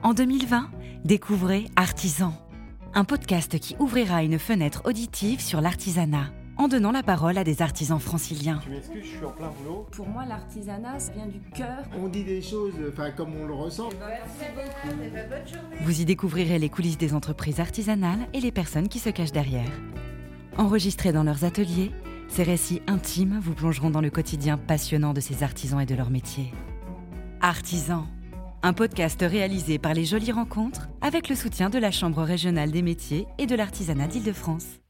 En 2020, découvrez Artisan, un podcast qui ouvrira une fenêtre auditive sur l'artisanat, en donnant la parole à des artisans franciliens. Tu m'excuses, je suis en plein boulot. Pour moi, l'artisanat, ça vient du cœur. On dit des choses comme on le ressent. Vous y découvrirez les coulisses des entreprises artisanales et les personnes qui se cachent derrière. Enregistrés dans leurs ateliers, ces récits intimes vous plongeront dans le quotidien passionnant de ces artisans et de leur métier. Artisan, un podcast réalisé par les Jolies Rencontres avec le soutien de la Chambre régionale des métiers et de l'artisanat d'Île-de-France.